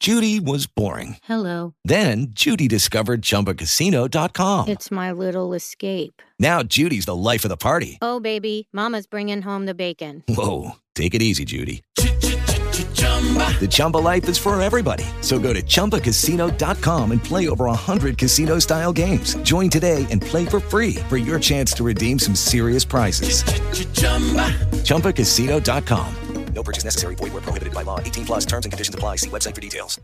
Judy was boring. Hello. Then Judy discovered ChumbaCasino.com. It's my little escape. Now Judy's the life of the party. Oh, baby, mama's bringing home the bacon. Whoa, take it easy, Judy. The Chumba life is for everybody. So go to ChumbaCasino.com and play over 100 casino-style games. Join today and play for free for your chance to redeem some serious prizes. ChumbaCasino.com. No purchase necessary. Void where prohibited by law. 18 plus terms and conditions apply. See website for details.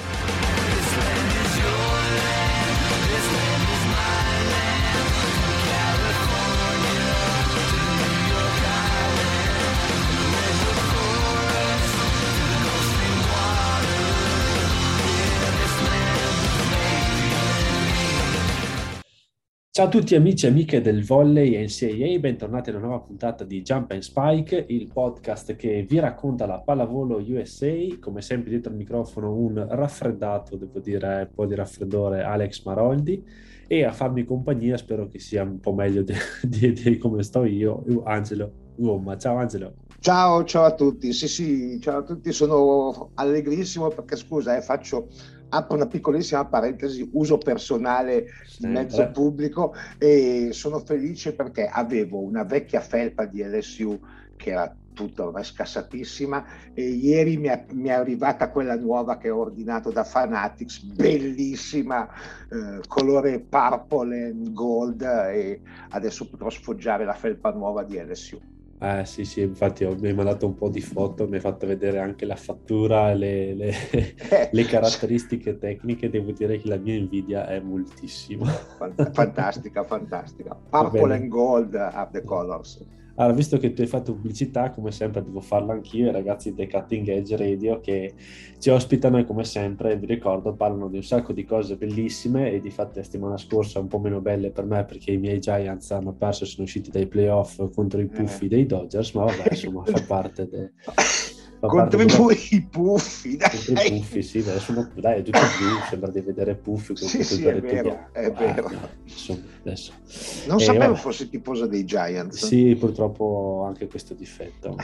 Ciao a tutti amici e amiche del volley NCAA, bentornati a una nuova puntata di Jump and Spike, il podcast che vi racconta la pallavolo USA. Come sempre dietro il microfono un raffreddato, devo dire, un po' di raffreddore, Alex Maroldi, e a farmi compagnia, spero che sia un po' meglio di come sto io, Angelo Uomma. Ciao Angelo. Ciao a tutti, sì, ciao a tutti, sono allegrissimo perché scusa, apro una piccolissima parentesi, uso personale di mezzo pubblico, e sono felice perché avevo una vecchia felpa di LSU che era tutta ormai scassatissima, e ieri mi è arrivata quella nuova che ho ordinato da Fanatics, bellissima, colore purple and gold, e adesso potrò sfoggiare la felpa nuova di LSU. Sì, infatti mi hai mandato un po' di foto, mi hai fatto vedere anche la fattura, le caratteristiche tecniche. Devo dire che la mia invidia è moltissimo. Fantastica. Purple and gold are the colors. Allora, visto che tu hai fatto pubblicità, come sempre devo farla anch'io, i ragazzi dei Cutting Edge Radio che ci ospitano e come sempre, vi ricordo, parlano di un sacco di cose bellissime, e difatti la settimana scorsa un po' meno belle per me perché i miei Giants hanno perso e sono usciti dai playoff contro i puffi dei Dodgers, ma vabbè, insomma, fa parte contro i puffi, dai. Contro i puffi, sì, dai, è tutto blu, sembra di vedere puffi. Sì, è vero. Insomma, adesso. Non sapevo fosse tifoso dei Giants. Sì, purtroppo anche questo difetto.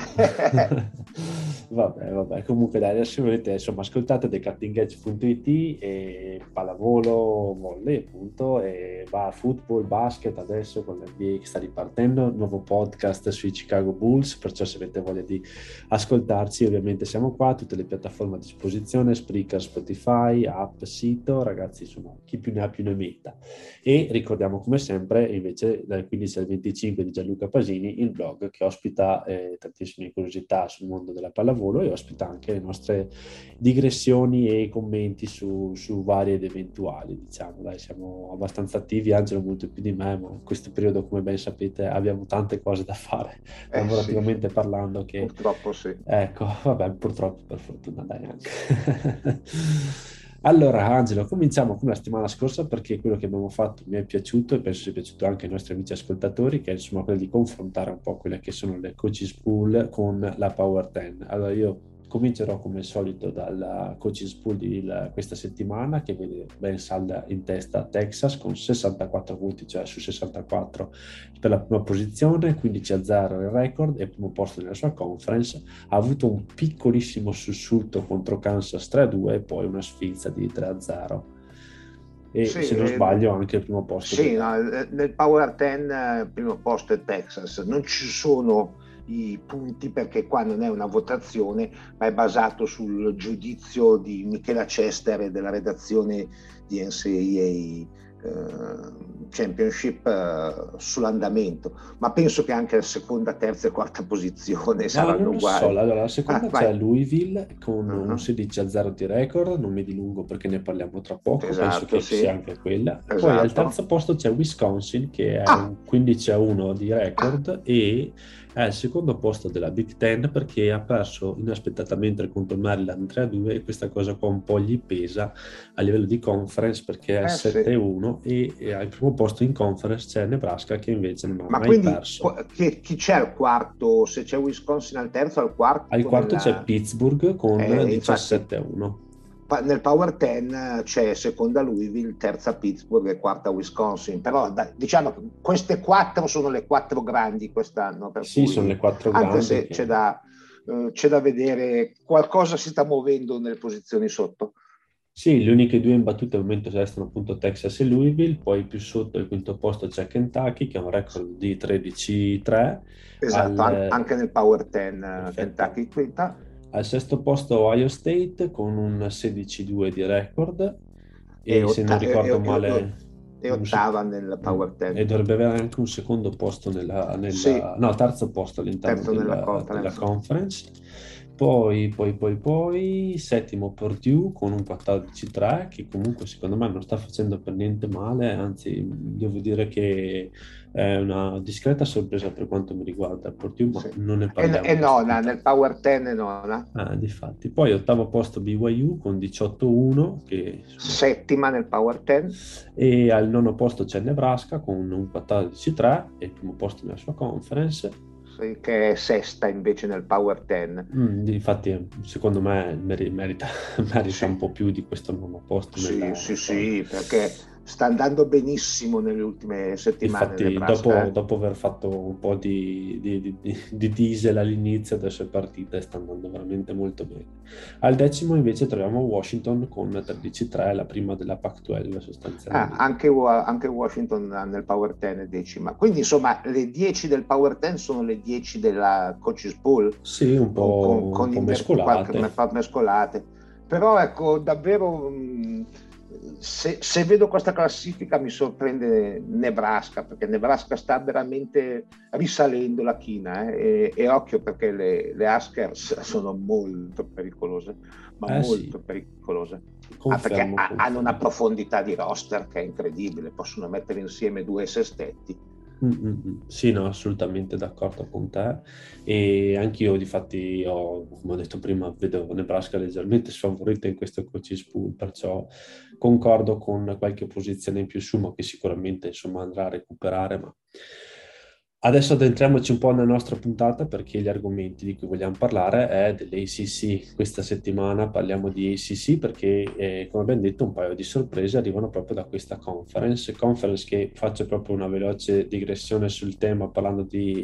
Vabbè, comunque dai, adesso volete, insomma, ascoltate thecuttingedge.it e pallavolo, volley appunto, e va football, basket adesso con l'NBA che sta ripartendo, nuovo podcast sui Chicago Bulls, perciò se avete voglia di ascoltarci ovviamente siamo qua, tutte le piattaforme a disposizione, Spreaker, Spotify, app, sito, ragazzi, insomma, chi più ne ha più ne metta. E ricordiamo come sempre invece dal 15 al 25 di Gianluca Pasini, il blog che ospita tantissime curiosità sul mondo della pallavolo, e ospita anche le nostre digressioni e commenti su vari ed eventuali, diciamo. Dai, siamo abbastanza attivi, Angelo molto più di me, ma in questo periodo, come ben sapete, abbiamo tante cose da fare lavorativamente parlando, che purtroppo sì. Ecco, vabbè, purtroppo, per fortuna dai anche. Allora Angelo, cominciamo come la settimana scorsa, perché quello che abbiamo fatto mi è piaciuto e penso sia piaciuto anche ai nostri amici ascoltatori, che è insomma quello di confrontare un po' quelle che sono le coaches pool con la Power 10. Allora io comincerò come al solito dalla coaches pool di questa settimana, che vede ben salda in testa Texas con 64 punti, cioè su 64 per la prima posizione, 15-0 il record e primo posto nella sua conference. Ha avuto un piccolissimo sussulto contro Kansas 3-2 e poi una sfilza di 3-0. E sì, se non sbaglio anche il primo posto. Sì, nel Power 10 primo posto è Texas. Non ci sono i punti perché qua non è una votazione, ma è basato sul giudizio di Michela Chester e della redazione di NCAA Championship sull'andamento, ma penso che anche la seconda, terza e quarta posizione saranno uguali. Allora, la seconda c'è Louisville con un 16-0 di record, non mi dilungo perché ne parliamo tra poco, penso che sia anche quella. Poi al terzo posto c'è Wisconsin che è un 15-1 di record e è al secondo posto della Big Ten perché ha perso inaspettatamente contro il Maryland 3-2 e questa cosa qua un po' gli pesa a livello di conference perché è 7-1 e al primo posto in conference c'è Nebraska che invece non ha mai perso. Chi c'è al quarto? Se c'è Wisconsin al terzo, al quarto? Al quarto c'è Pittsburgh con 17-1. Nel Power 10 c'è seconda Louisville, terza Pittsburgh e quarta Wisconsin, però diciamo che queste quattro sono le quattro grandi quest'anno, per sì, cui, sono le quattro grandi, anche se c'è da vedere, qualcosa si sta muovendo nelle posizioni sotto. Sì, le uniche due imbattute al momento restano appunto Texas e Louisville, poi più sotto al quinto posto c'è Kentucky che ha un record di 13-3, Esatto, al, anche nel Power 10 perfetto. Kentucky quinta. Al sesto posto Ohio State con un 16-2 di record e, e se non otta- ricordo male e ottava nel Power e 10. dovrebbe avere anche un secondo posto Sì, no, terzo posto all'interno terzo nella della conference. conference. Poi, settimo Purdue con un 14-3 che comunque secondo me non sta facendo per niente male, anzi devo dire che è una discreta sorpresa per quanto mi riguarda Purdue, ma Sì. non ne E parliamo in questa nona, nel puntata. Power 10 è nona. Difatti. Poi ottavo posto BYU con 18-1 che insomma, Settima nel Power 10. e al nono posto c'è Nebraska con un 14-3 e il primo posto nella sua conference. Sì, che è sesta invece nel Power 10. Infatti, secondo me merita, merita un Sì, po' più di questo nono posto sì, nella sì, storia. sì, perché sta andando benissimo nelle ultime settimane Infatti, Nebraska. dopo aver fatto un po' di diesel all'inizio, adesso è partita e sta andando veramente molto bene. Al decimo invece troviamo Washington con 13-3, la prima della Pac-12 sostanzialmente. Anche Washington nel Power 10 è decima. Quindi insomma le 10 del Power 10 sono le 10 della Coaches Pool, Sì, un po' qualche mescolate. mescolate. Però ecco, davvero se vedo questa classifica mi sorprende Nebraska, perché Nebraska sta veramente risalendo la china, e occhio perché le Huskers sono molto pericolose, ma Sì, molto pericolose. Perché confermo, hanno una confermo. profondità di roster che è incredibile, possono mettere insieme due sestetti. Sì, no, assolutamente d'accordo con te e anch'io difatti come ho detto prima, vedo Nebraska leggermente sfavorita in questo coaches pool, perciò concordo con qualche posizione in più su, ma che sicuramente insomma andrà a recuperare, ma adesso addentriamoci un po' nella nostra puntata perché gli argomenti di cui vogliamo parlare è dell'ACC. Questa settimana parliamo di ACC perché, come abbiamo detto, un paio di sorprese arrivano proprio da questa conference che faccio proprio una veloce digressione sul tema parlando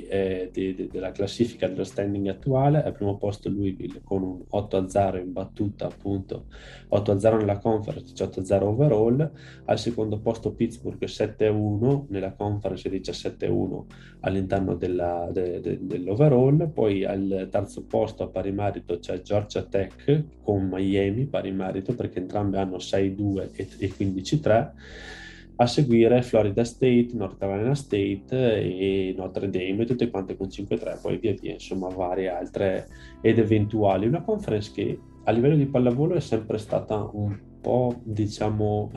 della classifica dello standing attuale. Al primo posto Louisville con un 8-0 in battuta, appunto 8-0 nella conference, 18-0 overall. Al secondo posto Pittsburgh 7-1 nella conference e 17-1 all'interno dell'overall. Poi al terzo posto a pari merito c'è Georgia Tech con Miami, pari merito perché entrambe hanno 6-2 e 15-3. A seguire Florida State, North Carolina State e Notre Dame, tutte quante con 5-3, poi via via, insomma, varie altre ed eventuali. Una conference che a livello di pallavolo è sempre stata un po', diciamo,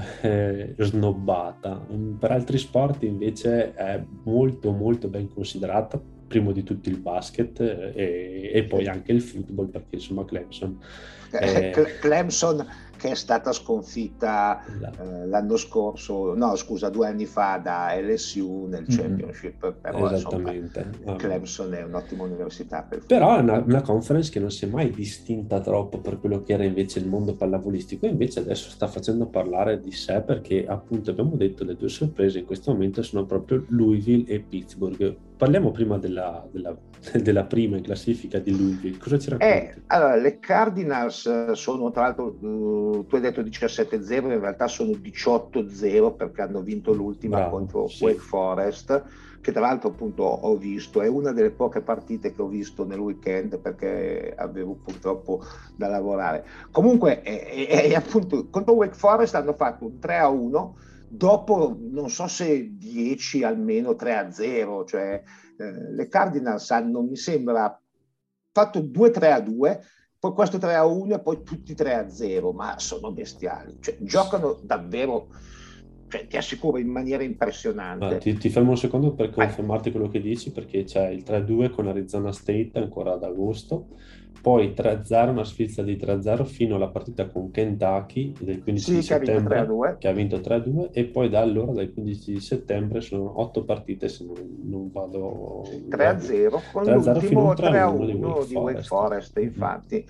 snobbata. Per altri sport invece è molto, molto ben considerata, primo di tutti il basket e poi Sì. anche il football, perché insomma Clemson è... Clemson che è stata sconfitta Esatto. l'anno scorso, no scusa, 2 anni fa da LSU nel championship, però insomma Esattamente. Clemson è un'ottima università per il Però è football. una conference che non si è mai distinta troppo per quello che era invece il mondo pallavolistico, e invece adesso sta facendo parlare di sé perché appunto abbiamo detto le due sorprese in questo momento sono proprio Louisville e Pittsburgh. Parliamo prima della prima in classifica di Louisville, cosa ci racconti? Allora, le Cardinals sono tra l'altro, tu hai detto 17-0, in realtà sono 18-0 perché hanno vinto l'ultima Bravo, contro Wake sì. Forest, che tra l'altro appunto ho visto, è una delle poche partite che ho visto nel weekend perché avevo purtroppo da lavorare. Comunque, appunto, contro Wake Forest hanno fatto un 3-1 dopo non so se 10 almeno 3-0, cioè le Cardinals hanno, mi sembra, fatto 2-3-2, poi questo 3-1 e poi tutti 3-0, ma sono bestiali, cioè, giocano davvero, cioè, ti assicuro, in maniera impressionante. Ti fermo un secondo per Vai. confermarti quello che dici, perché c'è il 3-2 con Arizona State ancora ad agosto, poi 3-0, una sfilza di 3-0 fino alla partita con Kentucky del 15 di Sì, che ha vinto settembre, 3-2. che ha vinto 3-2, e poi da allora, dal 15 di settembre, sono 8 partite, se non vado Sì, erro. 3-0 con 3-0 fino a un l'ultimo 3-1 di Wake 3-1 di Wake Forest. Forest, infatti,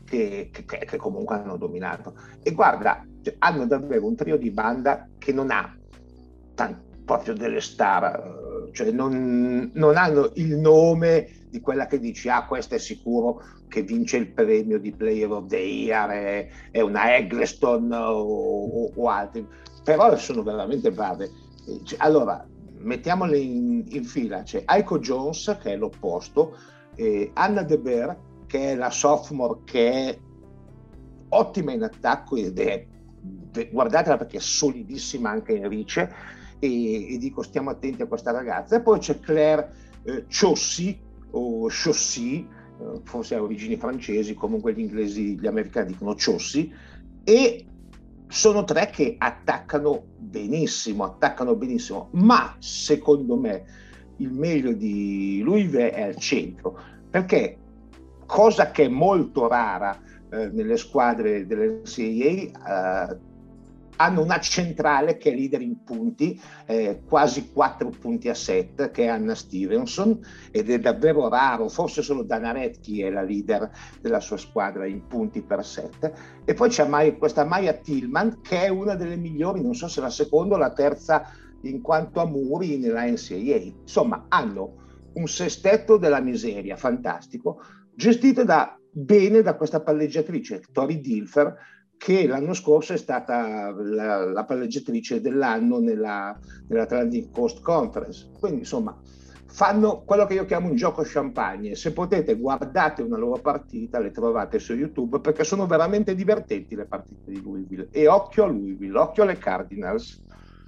che comunque hanno dominato. E guarda, cioè, hanno davvero un trio di banda che non ha proprio delle star, cioè non hanno il nome di quella che dici, questa è sicuro che vince il premio di Player of the Year, è una Eggleston o altri, però sono veramente brave. Allora, mettiamole in fila, c'è Aiko Jones, che è l'opposto, Anna De Beer, che è la sophomore, che è ottima in attacco ed è, guardatela perché è solidissima anche in rice, e dico stiamo attenti a questa ragazza. E poi c'è Claire Chaussy o Chaussy, forse ha origini francesi, comunque gli americani dicono Chaussy, e sono tre che attaccano benissimo, ma secondo me il meglio di Louisville è al centro, perché cosa che è molto rara nelle squadre dell'NCAA, hanno una centrale che è leader in punti, quasi 4 punti a set, che è Anna Stevenson, ed è davvero raro, forse solo Dana Rettke è la leader della sua squadra in punti per set. E poi c'è questa Maya Tillman, che è una delle migliori, non so se la seconda o la terza in quanto a muri nella NCAA. Insomma, hanno un sestetto della miseria fantastico, gestito bene da questa palleggiatrice Tori Dilfer, che l'anno scorso è stata la palleggiatrice dell'anno nell'Atlantic Coast Conference. Quindi insomma fanno quello che io chiamo un gioco champagne. Se potete, guardate una loro partita, le trovate su YouTube, perché sono veramente divertenti le partite di Louisville. E occhio a Louisville, occhio alle Cardinals.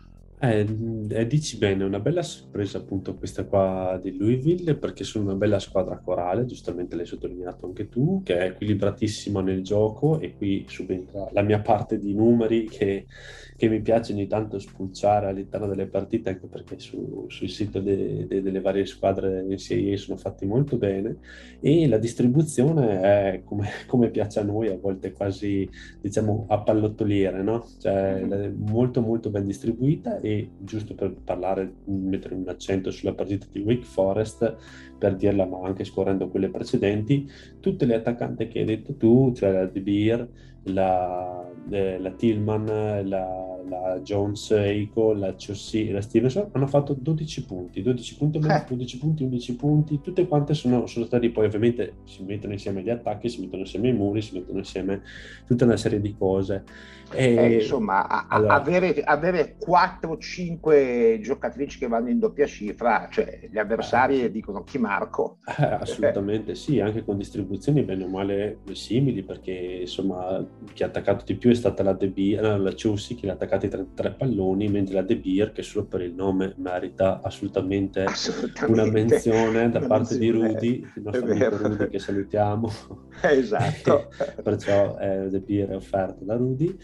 Dici bene, è una bella sorpresa appunto questa qua di Louisville, perché sono una bella squadra corale, giustamente l'hai sottolineato anche tu, che è equilibratissima nel gioco, e qui subentra la mia parte di numeri che mi piace ogni tanto spulciare all'interno delle partite, anche perché sul sito delle varie squadre NCAA sono fatti molto bene, e la distribuzione è come piace a noi, a volte quasi diciamo a pallottoliere, no? Cioè molto molto ben distribuita. E giusto per mettere un accento sulla partita di Wake Forest, per dirla, ma anche scorrendo quelle precedenti, tutte le attaccanti che hai detto tu, cioè la De Beer, la Tillman, la Jones, Aiko, la Chaussy e la Stevenson, hanno fatto 12 punti, 12 punti, 12 punti, 11 punti, tutte quante sono stati, poi ovviamente si mettono insieme gli attacchi, si mettono insieme i muri, si mettono insieme tutta una serie di cose. Insomma, allora, avere 4-5 giocatrici che vanno in doppia cifra, cioè gli avversari dicono chi marco. Assolutamente sì, anche con distribuzioni bene o male simili, perché insomma chi ha attaccato di più è stata la Chaussy, che ha attaccato i 33 palloni, mentre la De Beer, che solo per il nome merita assolutamente una menzione da parte di Rudy, il nostro amico Rudy, che salutiamo. Esatto. Perciò De Beer è offerta da Rudy.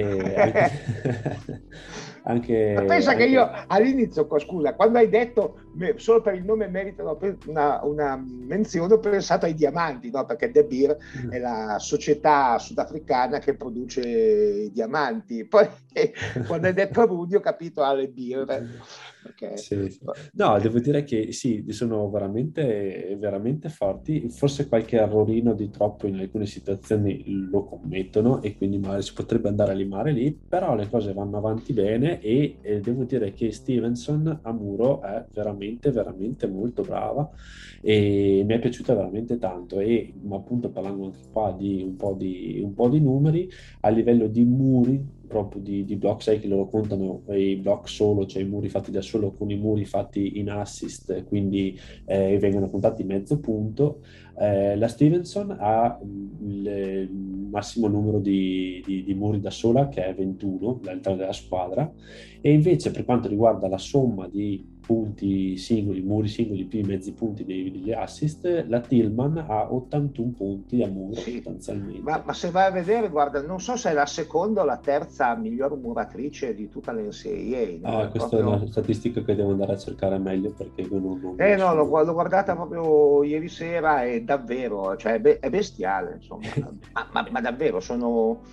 Anche pensa che io all'inizio, scusa, quando hai detto solo per il nome meritano una menzione, ho pensato ai diamanti, no? Perché De Beer è la società sudafricana che produce i diamanti. Poi quando hai detto Rudy ho capito alle birre. Sì. No, devo dire che sì, sono veramente, veramente forti. Forse qualche errorino di troppo in alcune situazioni lo commettono, e quindi magari si potrebbe andare a limare lì, però le cose vanno avanti bene, e devo dire che Stevenson a muro è veramente, veramente molto brava, e mi è piaciuta veramente tanto. E ma appunto, parlando anche qua di un po' di numeri, a livello di muri, proprio di block, sai che loro contano i block solo, cioè i muri fatti da solo con i muri fatti in assist, quindi vengono contati mezzo punto. La Stevenson ha il massimo numero di muri da sola, che è 21 all'interno della squadra, e invece per quanto riguarda la somma di punti singoli, muri singoli più i mezzi punti degli assist, la Tillman ha 81 punti a muro, sostanzialmente. Ma se vai a vedere, guarda, non so se è la seconda o la terza miglior muratrice di tutta l'NCAA. Questa è una statistica che devo andare a cercare meglio, perché non l'ho guardata proprio ieri sera, e davvero, cioè, è bestiale, insomma. ma davvero, sono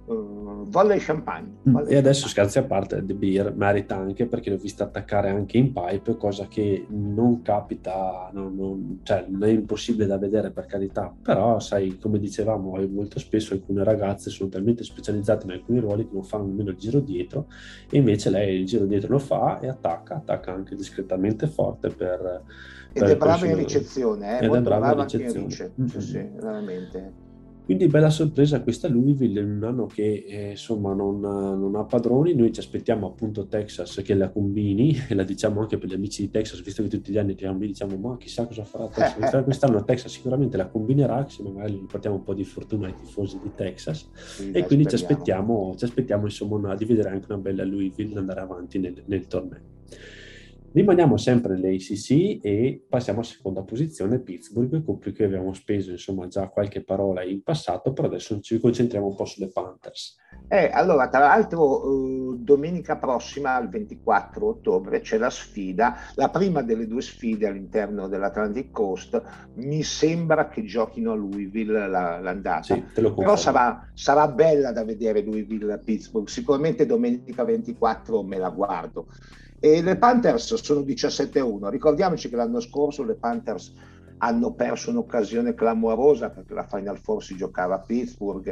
volley champagne. E adesso, scherzi a parte, De Beer merita anche perché l'ho vista attaccare anche in pipe, cosa che non capita, cioè non è impossibile da vedere, per carità, però sai, come dicevamo, molto spesso alcune ragazze sono talmente specializzate in alcuni ruoli che non fanno nemmeno il giro dietro, e invece lei il giro dietro lo fa e attacca anche discretamente forte ed è brava in ricezione, ed molto è brava in anche in ricezione. rice. Sì, veramente. Quindi bella sorpresa questa Louisville, in un anno che insomma non ha padroni. Noi ci aspettiamo appunto Texas che la combini, e la diciamo anche per gli amici di Texas, visto che tutti gli anni diciamo ma chissà cosa farà Texas. Quest'anno Texas sicuramente la combinerà, se magari gli portiamo un po' di fortuna ai tifosi di Texas, Sì, e quindi speriamo. ci aspettiamo insomma di vedere anche una bella Louisville andare avanti nel torneo. Rimaniamo sempre nell'ACC e passiamo a seconda posizione, Pittsburgh, con cui abbiamo speso insomma già qualche parola in passato, però adesso ci concentriamo un po' sulle Panthers. Allora, tra l'altro, domenica prossima, il 24 ottobre, c'è la sfida, la prima delle due sfide all'interno dell'Atlantic Coast. Mi sembra che giochino a Louisville l'andata. Sì, te lo però confermo. sarà bella da vedere Louisville-Pittsburgh. Sicuramente domenica 24 me la guardo. E le Panthers sono 17-1. Ricordiamoci che l'anno scorso le Panthers hanno perso un'occasione clamorosa perché la Final Four si giocava a Pittsburgh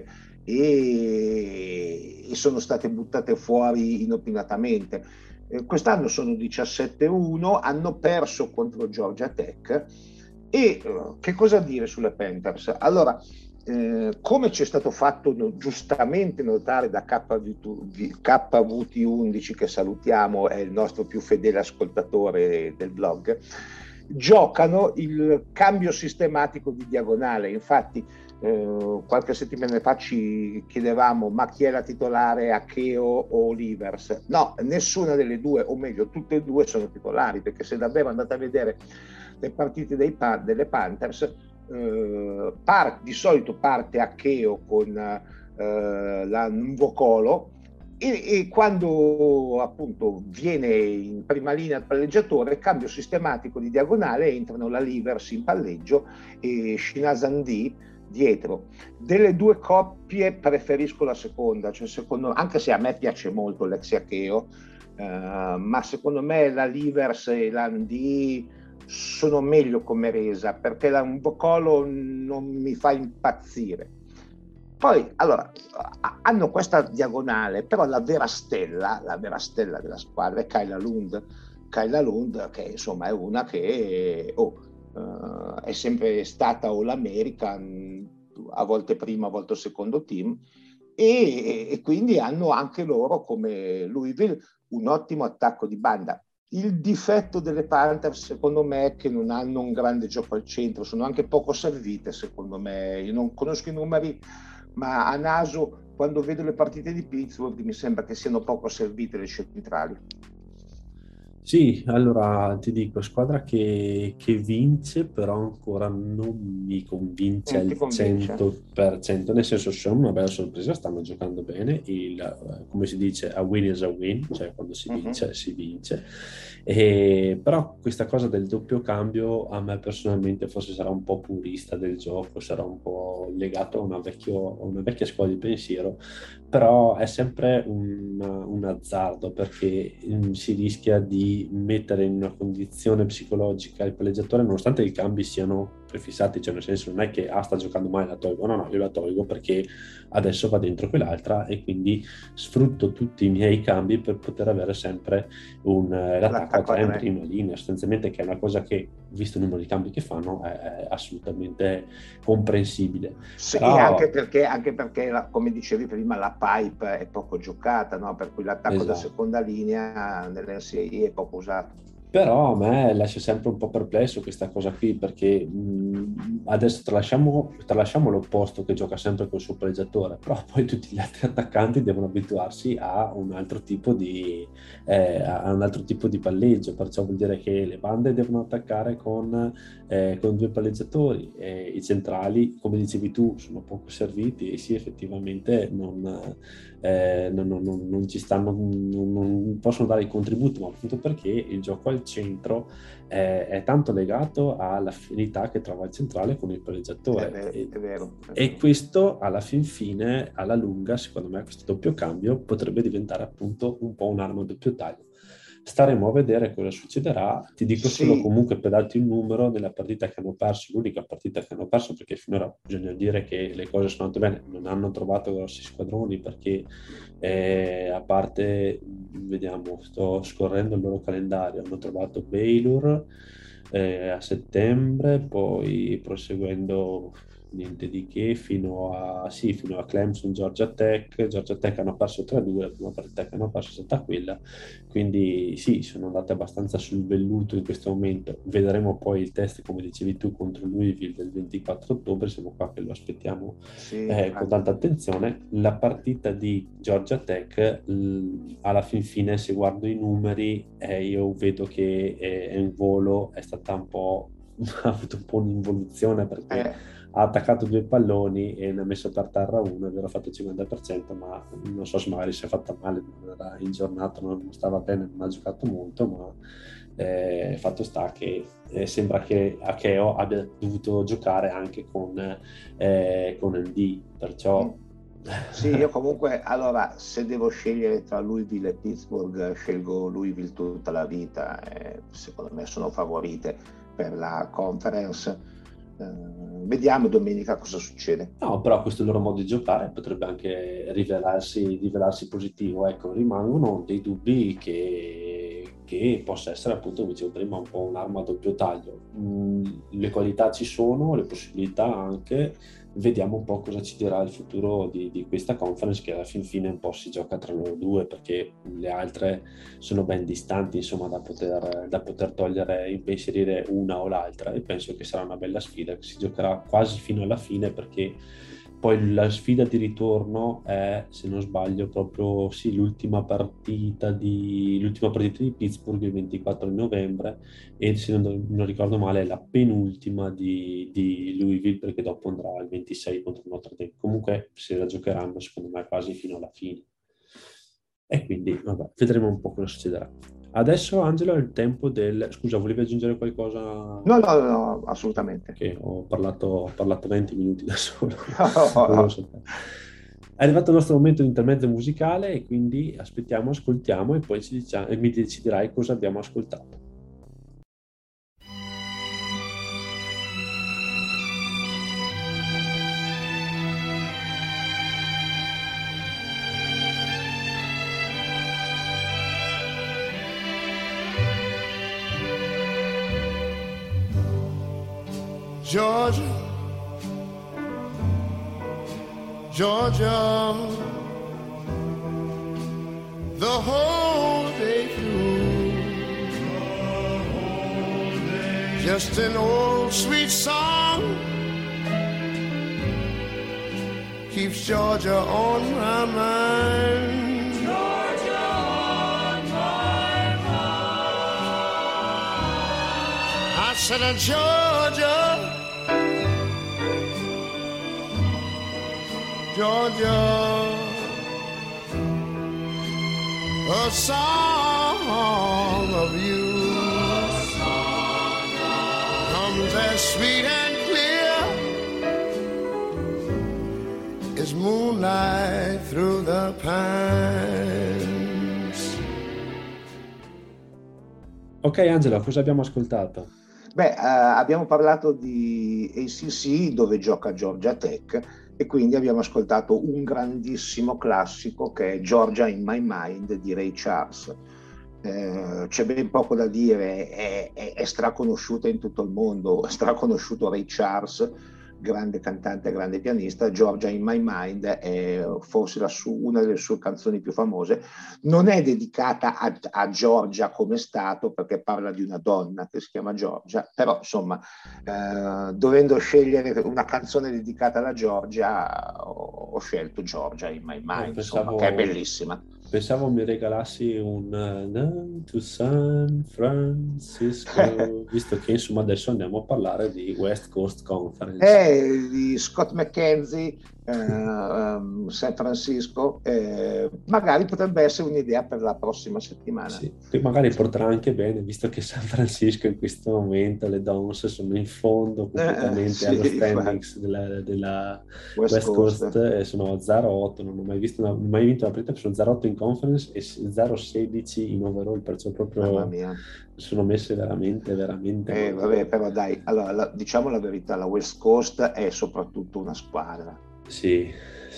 e sono state buttate fuori inopinatamente. Quest'anno sono 17-1, hanno perso contro Georgia Tech. E che cosa dire sulle Panthers? Allora, come ci è stato fatto giustamente notare da KVT11, che salutiamo, è il nostro più fedele ascoltatore del blog, giocano il cambio sistematico di diagonale. Infatti qualche settimana fa ci chiedevamo ma chi è la titolare, Akeo o Livers? No, nessuna delle due, o meglio tutte e due sono titolari, perché se davvero andate a vedere le partite delle Panthers, di solito parte Akeo con la Nvokolo, e quando appunto viene in prima linea il palleggiatore, cambio sistematico di diagonale, entrano la Livers in palleggio e Shinazandi dietro. Delle due coppie preferisco la seconda, cioè anche se a me piace molto l'ex Akeo, ma secondo me la Livers e l'Andi sono meglio come resa, perché la Nvokolo non mi fa impazzire. Poi, allora, hanno questa diagonale, però la vera stella della squadra è Kyla Lund, che insomma è una che è sempre stata All-American, a volte primo, a volte secondo team, e quindi hanno anche loro, come Louisville, un ottimo attacco di banda. Il difetto delle Panthers, secondo me, è che non hanno un grande gioco al centro, sono anche poco servite, secondo me. Io non conosco i numeri, ma a naso, quando vedo le partite di Pittsburgh, mi sembra che siano poco servite le centrali. Sì, allora ti dico, squadra che vince, però ancora non mi convince al 100%, nel senso sono una bella sorpresa, stanno giocando bene, come si dice, a win is a win, cioè quando si vince, si vince. Però questa cosa del doppio cambio a me personalmente forse sarà un po' purista del gioco, sarà un po' legato a una vecchia scuola di pensiero, però è sempre un azzardo, perché si rischia di mettere in una condizione psicologica il palleggiatore, nonostante i cambi siano prefissati, cioè nel senso non è che sta giocando male, la tolgo, no, io la tolgo perché adesso va dentro quell'altra e quindi sfrutto tutti i miei cambi per poter avere sempre l'attacco già in prima linea, sostanzialmente, che è una cosa che, visto il numero di cambi che fanno, è assolutamente comprensibile. Sì, però anche perché come dicevi prima, la pipe è poco giocata, no? Per cui l'attacco da seconda linea nell'NCAA è poco usato. Però a me lascia sempre un po' perplesso questa cosa qui, perché adesso tralasciamo l'opposto che gioca sempre col suo palleggiatore, però poi tutti gli altri attaccanti devono abituarsi a un altro tipo di palleggio, perciò vuol dire che le bande devono attaccare con due palleggiatori, i centrali, come dicevi tu, sono poco serviti e sì, effettivamente non ci stanno, non possono dare il contributo, ma appunto perché il gioco al centro è tanto legato all'affinità che trova il centrale giocare con il palleggiatore. È vero. E questo alla fin fine, alla lunga, secondo me questo doppio cambio potrebbe diventare appunto un po' un'arma a doppio taglio. Staremo a vedere cosa succederà. Ti dico solo comunque per darti un numero nella partita che hanno perso, l'unica partita che hanno perso, perché finora bisogna dire che le cose sono andate bene, non hanno trovato grossi squadroni perché a parte, vediamo, sto scorrendo il loro calendario, hanno trovato Baylor a settembre, poi proseguendo niente di che fino a Clemson, Georgia Tech hanno perso 3-2, la prima partita che hanno perso è stata quella, quindi sì, sono andate abbastanza sul velluto in questo momento. Vedremo poi il test, come dicevi tu, contro Louisville del 24 ottobre, siamo qua che lo aspettiamo con tanta attenzione. La partita di Georgia Tech, alla fin fine, se guardo i numeri, io vedo che è in volo, è stata un po' ha avuto un po' un'involuzione perché ha attaccato 2 palloni e ne ha messo per terra uno, è vero, ha fatto il 50%, ma non so se magari si è fatta male, non era in giornata, non stava bene, non ha giocato molto, ma fatto sta che sembra che Akeo abbia dovuto giocare anche con ND, perciò... Sì, io comunque, allora, se devo scegliere tra Louisville e Pittsburgh, scelgo Louisville tutta la vita, secondo me sono favorite per la conference. Vediamo domenica cosa succede. No, però questo loro modo di giocare potrebbe anche rivelarsi positivo. Ecco, rimangono dei dubbi che possa essere, appunto, come dicevo prima, un po' un'arma a doppio taglio. Le qualità ci sono, le possibilità anche. Vediamo un po' cosa ci dirà il futuro di questa conference, che alla fin fine un po' si gioca tra loro due, perché le altre sono ben distanti, insomma, da poter togliere, impensierire una o l'altra, e penso che sarà una bella sfida che si giocherà quasi fino alla fine, perché poi la sfida di ritorno è, se non sbaglio, proprio l'ultima partita di Pittsburgh il 24 di novembre, e se non ricordo male è la penultima di Louisville, perché dopo andrà il 26 contro Notre Dame. Comunque se la giocheranno secondo me quasi fino alla fine, e quindi vabbè, vedremo un po' cosa succederà. Adesso, Angelo, è il tempo del... Scusa, volevi aggiungere qualcosa? No, assolutamente. Che ho parlato 20 minuti da solo. È arrivato il nostro momento di intermezzo musicale, e quindi ascoltiamo e poi mi deciderai cosa abbiamo ascoltato. Georgia, the whole day through, just an old sweet song keeps Georgia on my mind. Georgia on my mind. I said, Georgia, Georgia, a song of you comes as sweet and clear as moonlight through the pines. Ok, Angelo, cosa abbiamo ascoltato? Abbiamo parlato di ACC, dove gioca Georgia Tech, e quindi abbiamo ascoltato un grandissimo classico che è Georgia in My Mind di Ray Charles. C'è ben poco da dire, è straconosciuta in tutto il mondo, è straconosciuto Ray Charles, grande cantante, grande pianista. Georgia in My Mind è forse una delle sue canzoni più famose. Non è dedicata a Georgia come stato, perché parla di una donna che si chiama Georgia, però insomma, dovendo scegliere una canzone dedicata alla Georgia, ho scelto Georgia in My Mind, che è bellissima. Pensavo mi regalassi un to San Francisco, visto che insomma adesso andiamo a parlare di West Coast Conference. Di Scott McKenzie, San Francisco, magari potrebbe essere un'idea per la prossima settimana. Sì, che magari porterà anche bene, visto che San Francisco in questo momento le Dons sono in fondo completamente Sì, allo standings della West Coast e sono 0-8, non ho mai visto non ho mai vinto una partita, sono 0-8 in conference e 0-16 in overall, perciò Mamma proprio mia. sono messe veramente male. Vabbè, però dai, allora, diciamo la verità, la West Coast è soprattutto una squadra. Sì,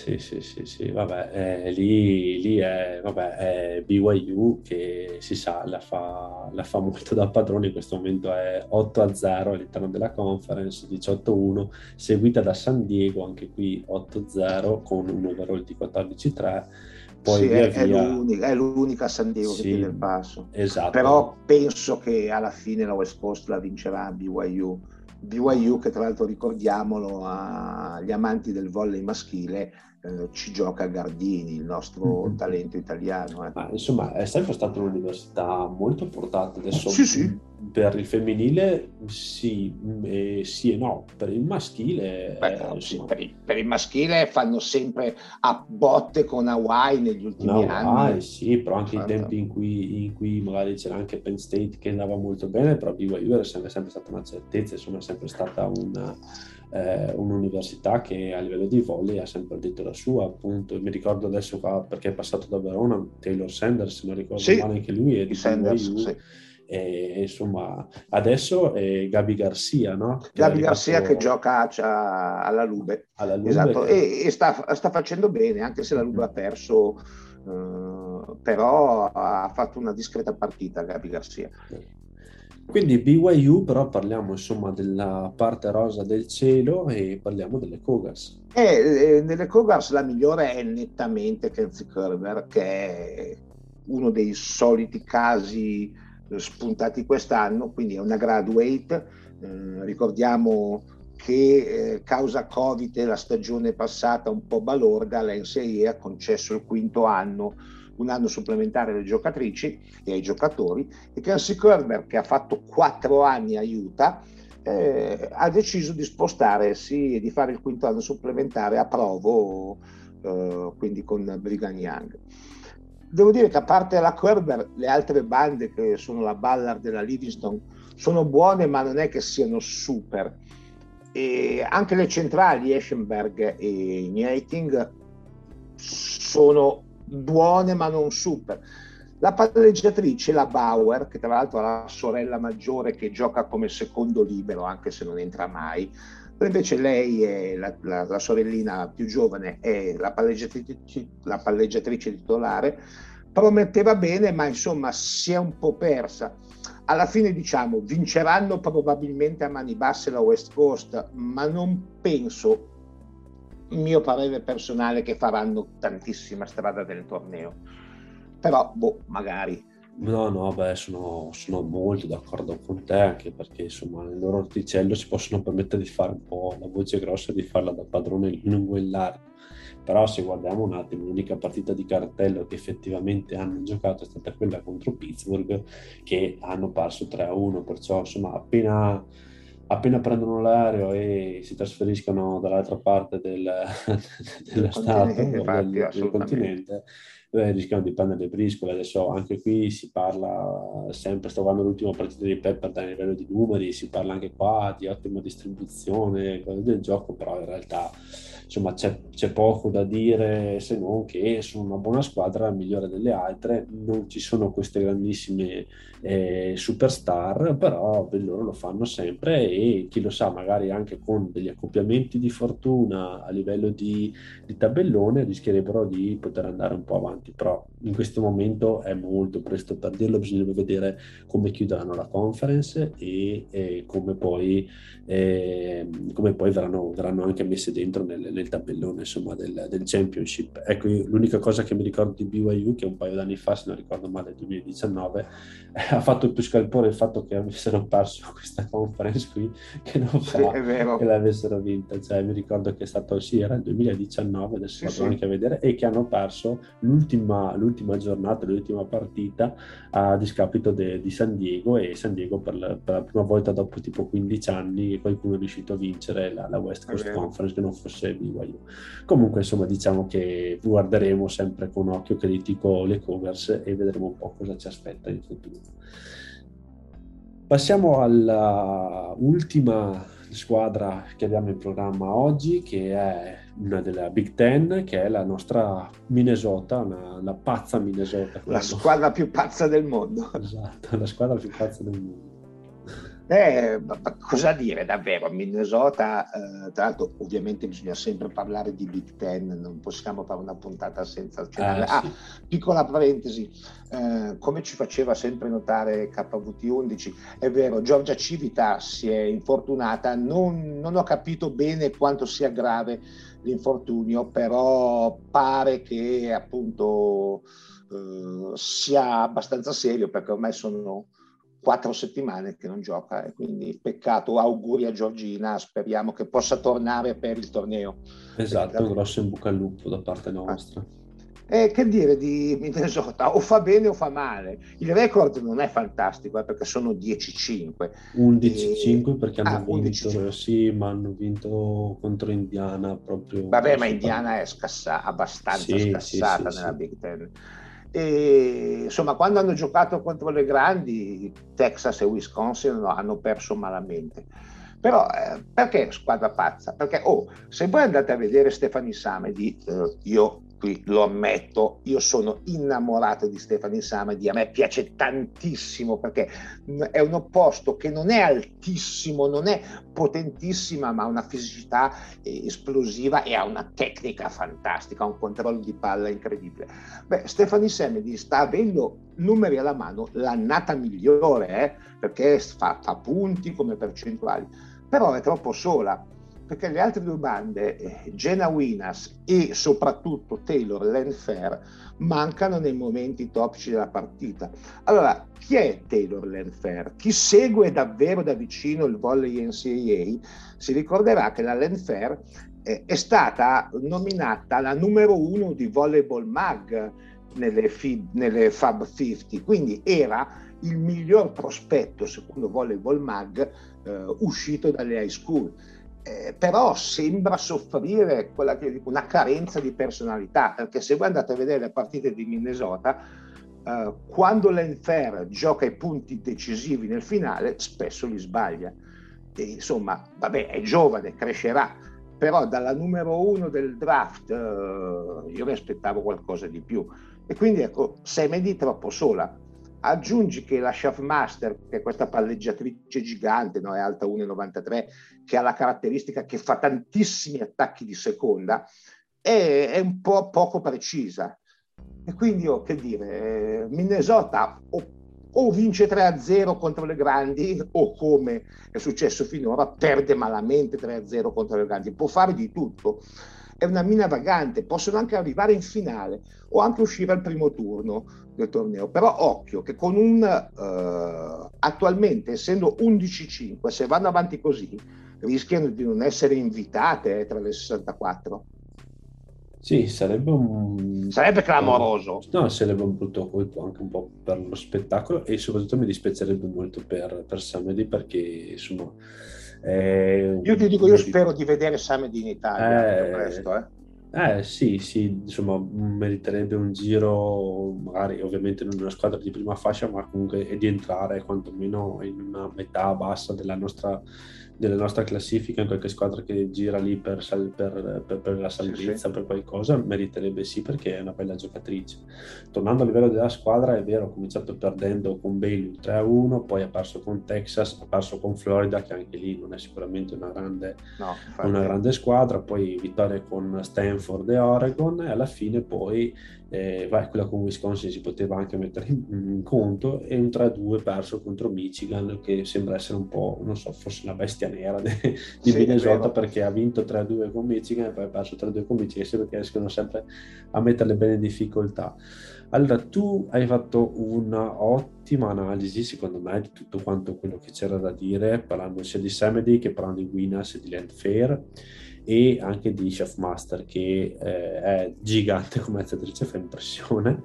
vabbè, lì è BYU che si sa, la fa molto da padrone, in questo momento è 8-0 all'interno della conference, 18-1, seguita da San Diego, anche qui 8-0 con un overall di 14-3, poi sì, via è via... l'unica San Diego che tiene Sì, il passo. esatto. Però penso che alla fine la West Coast la vincerà BYU. BYU che tra l'altro ricordiamolo agli amanti del volley maschile, ci gioca Gardini, il nostro talento italiano. Ma insomma è sempre stata un'università molto portata adesso. Sì. Per il femminile sì e no, per il maschile Sì, per il maschile fanno sempre a botte con Hawaii negli ultimi anni. Sì, però anche i tempi in cui magari c'era anche Penn State che andava molto bene, però BYU era sempre stata una certezza, insomma è sempre stata un'università che a livello di volley ha sempre detto la sua, appunto. Mi ricordo adesso qua perché è passato da Verona Taylor Sanders, se non ricordo male, anche lui è di Sanders, BYU. sì. E insomma adesso è Gabi Garcia, no? Gabi Garcia che gioca alla Lube, esatto, e sta facendo bene, anche se la Lube ha perso, però ha fatto una discreta partita Gabi Garcia. Quindi BYU, però parliamo insomma della parte rosa del cielo e parliamo delle Cougars. Nelle Cougars la migliore è nettamente Kenzie Kerber, che è uno dei soliti casi spuntati quest'anno, quindi è una graduate. Ricordiamo che causa Covid la stagione passata un po' balorda, la NCAA ha concesso il quinto anno, un anno supplementare alle giocatrici e ai giocatori, e Kenzie Kerber, che ha fatto 4 anni a Utah, ha deciso di spostarsi e di fare il quinto anno supplementare a Provo, quindi con Brigham Young. Devo dire che a parte la Kerber, le altre bande che sono la Ballard e la Livingston sono buone, ma non è che siano super. E anche le centrali, Eschenberg e Nighting, sono buone, ma non super. La palleggiatrice, la Bauer, che tra l'altro ha la sorella maggiore che gioca come secondo libero, anche se non entra mai, invece lei è la sorellina più giovane, è la palleggiatrice titolare, prometteva bene, ma insomma si è un po' persa. Alla fine, diciamo, vinceranno probabilmente a mani basse la West Coast, ma non penso, mio parere personale, che faranno tantissima strada del torneo. Però, magari. No, sono molto d'accordo con te, anche perché insomma nel loro orticello si possono permettere di fare un po' la voce grossa e di farla da padrone lungo e largo. Però se guardiamo un attimo, l'unica partita di cartello che effettivamente hanno giocato è stata quella contro Pittsburgh, che hanno perso 3-1, perciò insomma appena prendono l'aereo e si trasferiscono dall'altra parte dello stato, del continente, rischiano di prendere le briscole. Adesso anche qui si parla sempre, sto guardando l'ultima partita di Pepperdine a livello di numeri, si parla anche qua di ottima distribuzione, cose del gioco, però in realtà insomma c'è poco da dire, se non che sono una buona squadra, migliore delle altre, non ci sono queste grandissime superstar, però loro lo fanno sempre e chi lo sa, magari anche con degli accoppiamenti di fortuna a livello di tabellone rischierebbero di poter andare un po' avanti, però in questo momento è molto presto per dirlo, bisogna vedere come chiuderanno la conference e come poi verranno anche messe dentro nel tabellone insomma del championship. Ecco, l'unica cosa che mi ricordo di BYU, che un paio d'anni fa, se non ricordo male, 2019, ha fatto più scalpore il fatto che avessero perso questa conference qui che non fa che l'avessero vinta. Cioè, mi ricordo che è stato, era il 2019, adesso vado anche a vedere, e che hanno perso l'ultima giornata, l'ultima partita a discapito di San Diego, e San Diego per la prima volta dopo tipo 15 anni qualcuno è riuscito a vincere la West Coast Conference, che non fosse BYU. Comunque insomma diciamo che guarderemo sempre con occhio critico le Cougars e vedremo un po' cosa ci aspetta in futuro. Passiamo alla ultima squadra che abbiamo in programma oggi, che è una della Big Ten, che è la nostra Minnesota, la pazza Minnesota. La squadra più pazza del mondo. Esatto, la squadra più pazza del mondo. Ma cosa dire davvero? Minnesota, tra l'altro ovviamente bisogna sempre parlare di Big Ten, non possiamo fare una puntata senza accennare. Sì. Piccola parentesi, come ci faceva sempre notare KVT11, è vero, Giorgia Civita si è infortunata, non ho capito bene quanto sia grave l'infortunio, però pare che appunto sia abbastanza serio, perché ormai sono 4 settimane che non gioca, e quindi peccato. Auguri a Giorgina, speriamo che possa tornare per il torneo. Esatto, un grosso in bocca al lupo da parte nostra. Che dire di Minnesota? O fa bene o fa male. Il record non è fantastico, perché sono 10-5. 11-5 perché hanno vinto, 11-5. Sì, ma hanno vinto contro Indiana proprio. Vabbè, ma Indiana è abbastanza scassata nella Big Ten. E insomma, quando hanno giocato contro le grandi, Texas e Wisconsin hanno perso malamente. Però perché squadra pazza? Perché se voi andate a vedere Stephanie Samedi, io qui lo ammetto, io sono innamorato di Stephanie Samedi, a me piace tantissimo perché è un opposto che non è altissimo, non è potentissima, ma ha una fisicità esplosiva e ha una tecnica fantastica, un controllo di palla incredibile. Stephanie Samedi sta avendo numeri alla mano, l'annata migliore, perché fa punti come percentuali, però è troppo sola, perché le altre due bande, Jenna Winas e soprattutto Taylor Landfair, mancano nei momenti topici della partita. Allora, chi è Taylor Landfair? Chi segue davvero da vicino il volley NCAA si ricorderà che la Landfair è stata nominata la numero 1 di Volleyball Mag nelle Fab 50, quindi era il miglior prospetto secondo Volleyball Mag uscito dalle high school. Però sembra soffrire quella che dico, una carenza di personalità, perché se voi andate a vedere le partite di Minnesota, quando Landfair gioca i punti decisivi nel finale spesso li sbaglia, e, insomma, vabbè, è giovane, crescerà, però dalla numero 1 del draft io mi aspettavo qualcosa di più, e quindi ecco, Samedi troppo sola. Aggiungi che la Schaffmaster, che è questa palleggiatrice gigante, no? È alta 1,93, che ha la caratteristica che fa tantissimi attacchi di seconda, è un po' poco precisa. E quindi che dire, Minnesota o vince 3-0 contro le grandi, o come è successo finora, perde malamente 3-0 contro le grandi. Può fare di tutto. È una mina vagante, possono anche arrivare in finale o anche uscire al primo turno del torneo, però occhio che con attualmente essendo 11-5, se vanno avanti così rischiano di non essere invitate tra le 64. Sì, sarebbe clamoroso. No, sarebbe un brutto colpo anche un po' per lo spettacolo, e soprattutto mi dispiacerebbe molto per Samedi, perché insomma io ti dico, io spero di vedere Samedi in Italia presto, sì, insomma meriterebbe un giro, magari ovviamente non una squadra di prima fascia, ma comunque di entrare quantomeno in una metà bassa della nostra classifica, in qualche squadra che gira lì per la salvezza, per qualcosa, meriterebbe, sì, perché è una bella giocatrice. Tornando a livello della squadra, è vero, ha cominciato perdendo con Baylor 3-1, poi ha perso con Texas, ha perso con Florida, che anche lì non è sicuramente una grande squadra, poi vittoria con Stanford e Oregon, e alla fine poi quella con Wisconsin si poteva anche mettere in conto, e un 3-2 perso contro Michigan, che sembra essere un po', non so, forse una bestia nera di Minnesota, perché ha vinto 3-2 con Michigan e poi ha perso 3-2 con Michigan, perché riescono sempre a metterle bene in difficoltà. Allora, tu hai fatto una ottima analisi, secondo me, di tutto quanto quello che c'era da dire, parlando sia di Samedi che parlando di Winas e di Landfair, e anche di Chefmaster, che è gigante come attrice, fa impressione,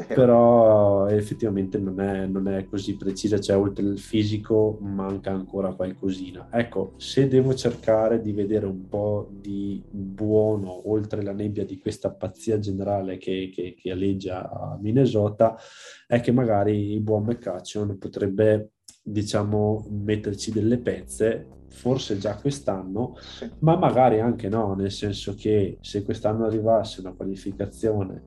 però effettivamente non è così precisa, cioè oltre il fisico manca ancora qualcosina. Ecco, se devo cercare di vedere un po' di buono oltre la nebbia di questa pazzia generale che aleggia a Minnesota, è che magari il buon McCutcheon potrebbe, diciamo, metterci delle pezze, forse già quest'anno, ma magari anche no, nel senso che se quest'anno arrivasse una qualificazione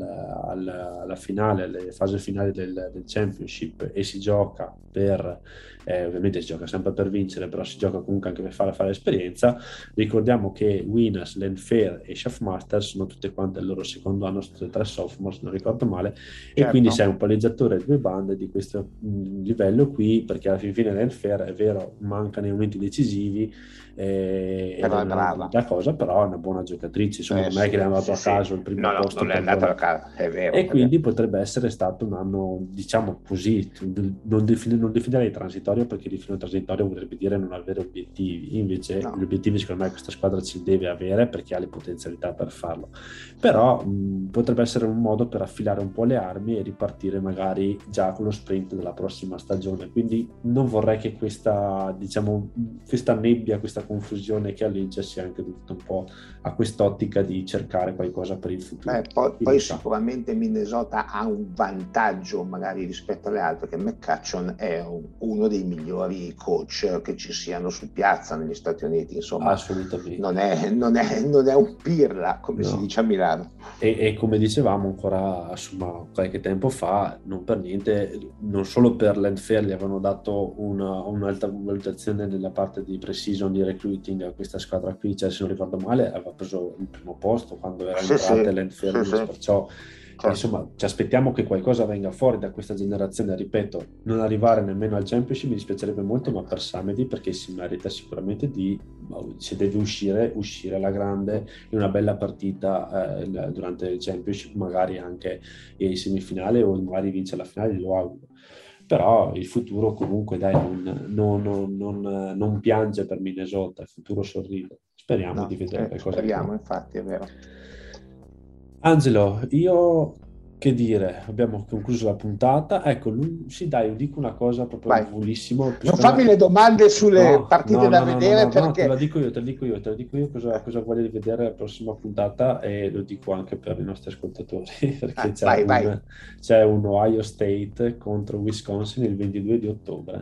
alla finale, alle fasi finali del Championship, e si gioca per, ovviamente si gioca sempre per vincere, però si gioca comunque anche per fare esperienza. Ricordiamo che Winners, Landfair e Chefmaster sono tutte quante al loro secondo anno, tutte e tre sophomore, se non ricordo male, certo. E quindi sei un palleggiatore a due bande di questo livello qui, perché alla fine Landfair, è vero, manca nei momenti decisivi, però è brava, la cosa, però è una buona giocatrice, insomma, non è che le hanno dato a caso il primo posto, non è andato a caso, è vero, e quindi potrebbe essere stato un anno, diciamo così, non definirei transitorio, perché definire transitorio vorrebbe dire non avere obiettivi, invece gli obiettivi secondo me questa squadra ci deve avere, perché ha le potenzialità per farlo, però potrebbe essere un modo per affilare un po' le armi e ripartire magari già con lo sprint della prossima stagione. Quindi non vorrei che questa, diciamo, questa nebbia, questa confusione che alleggia sia anche dovuta un po' a quest'ottica di cercare qualcosa per il futuro. Poi sicuramente Minnesota ha un vantaggio magari rispetto alle altre, che McCutcheon è uno dei migliori coach che ci siano su piazza negli Stati Uniti, insomma. Assolutamente. Non è un pirla, come si dice a Milano. E come dicevamo ancora, insomma, qualche tempo fa, non per niente, non solo per Landfair gli avevano dato un'alta valutazione nella parte di pre-season di recruiting a questa squadra qui, cioè se non ricordo male aveva preso il primo posto quando era entrata Landfair, perciò insomma ci aspettiamo che qualcosa venga fuori da questa generazione. Ripeto, non arrivare nemmeno al Championship mi dispiacerebbe molto, ma per Samedi, perché si merita sicuramente se deve uscire alla grande in una bella partita durante il Championship, magari anche in semifinale, o magari vince la finale, lo auguro. Però il futuro comunque non piange per Minnesota, il futuro sorride. Speriamo di vedere qualcosa. Speriamo, infatti, è vero. Angelo, io che dire, abbiamo concluso la puntata. Ecco, io dico una cosa proprio volissimo. Non fammi le domande sulle partite da vedere, perché... No, te lo dico io cosa voglio vedere la prossima puntata, e lo dico anche per i nostri ascoltatori, perché c'è un Ohio State contro Wisconsin il 22 di ottobre.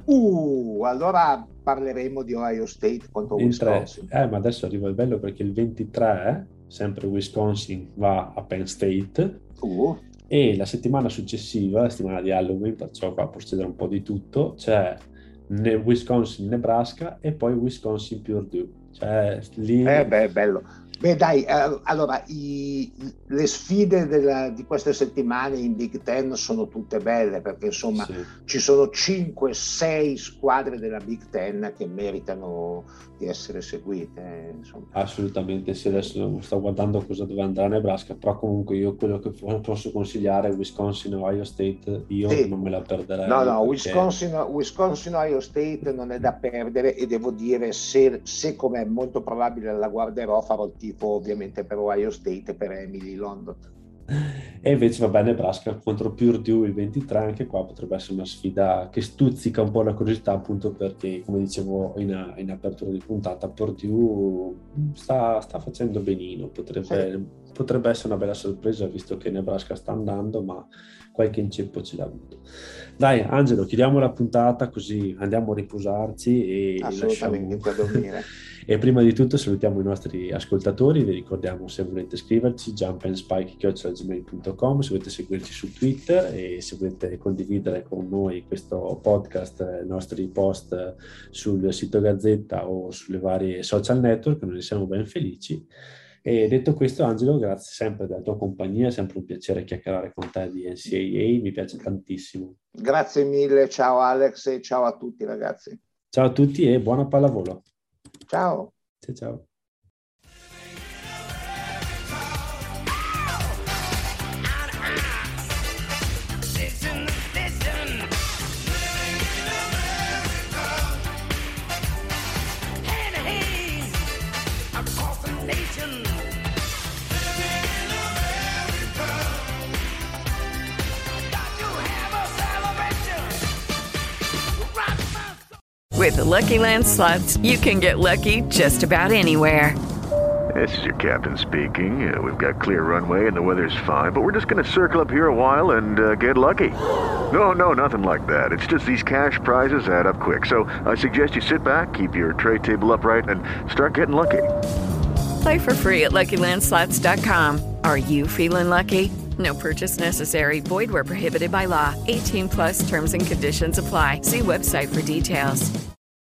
Allora parleremo di Ohio State contro Wisconsin. Ma adesso arriva il bello, perché il 23 sempre Wisconsin va a Penn State, e la settimana successiva, la settimana di Halloween, perciò qua può succedere un po' di tutto, c'è Wisconsin Nebraska e poi Wisconsin Purdue, cioè lì bello. Dai, allora le sfide di queste settimane in Big Ten sono tutte belle, perché insomma ci sono 5-6 squadre della Big Ten che meritano di essere seguite, insomma. Assolutamente sì. Adesso sto guardando dove andrà Nebraska, però comunque io quello che posso consigliare è Wisconsin Ohio State, non me la perderei. Wisconsin Ohio State non è da perdere, e devo dire, se come è molto probabile la guarderò, farò il tifo ovviamente per Ohio State e per Emily London. E invece Nebraska contro Purdue il 23, anche qua potrebbe essere una sfida che stuzzica un po' la curiosità, appunto perché, come dicevo in apertura di puntata, Purdue sta facendo benino, potrebbe essere una bella sorpresa, visto che Nebraska sta andando, ma qualche inceppo ce l'ha avuto. Dai Angelo, chiudiamo la puntata, così andiamo a riposarci e assolutamente a dormire. E prima di tutto salutiamo i nostri ascoltatori, vi ricordiamo, se volete scriverci, jumpandspike@gmail.com, se volete seguirci su Twitter, e se volete condividere con noi questo podcast, i nostri post sul sito Gazzetta o sulle varie social network, noi siamo ben felici. E detto questo, Angelo, grazie sempre della tua compagnia, è sempre un piacere chiacchierare con te di NCAA, mi piace tantissimo. Grazie mille, ciao Alex, e ciao a tutti ragazzi. Ciao a tutti e buona pallavolo. Ciao. Ciao. Coffin With the Lucky Land Slots, you can get lucky just about anywhere. This is your captain speaking. We've got clear runway and the weather's fine, but we're just going to circle up here a while and get lucky. No, nothing like that. It's just these cash prizes add up quick. So I suggest you sit back, keep your tray table upright, and start getting lucky. Play for free at LuckyLandSlots.com. Are you feeling lucky? No purchase necessary. Void where prohibited by law. 18+ terms and conditions apply. See website for details.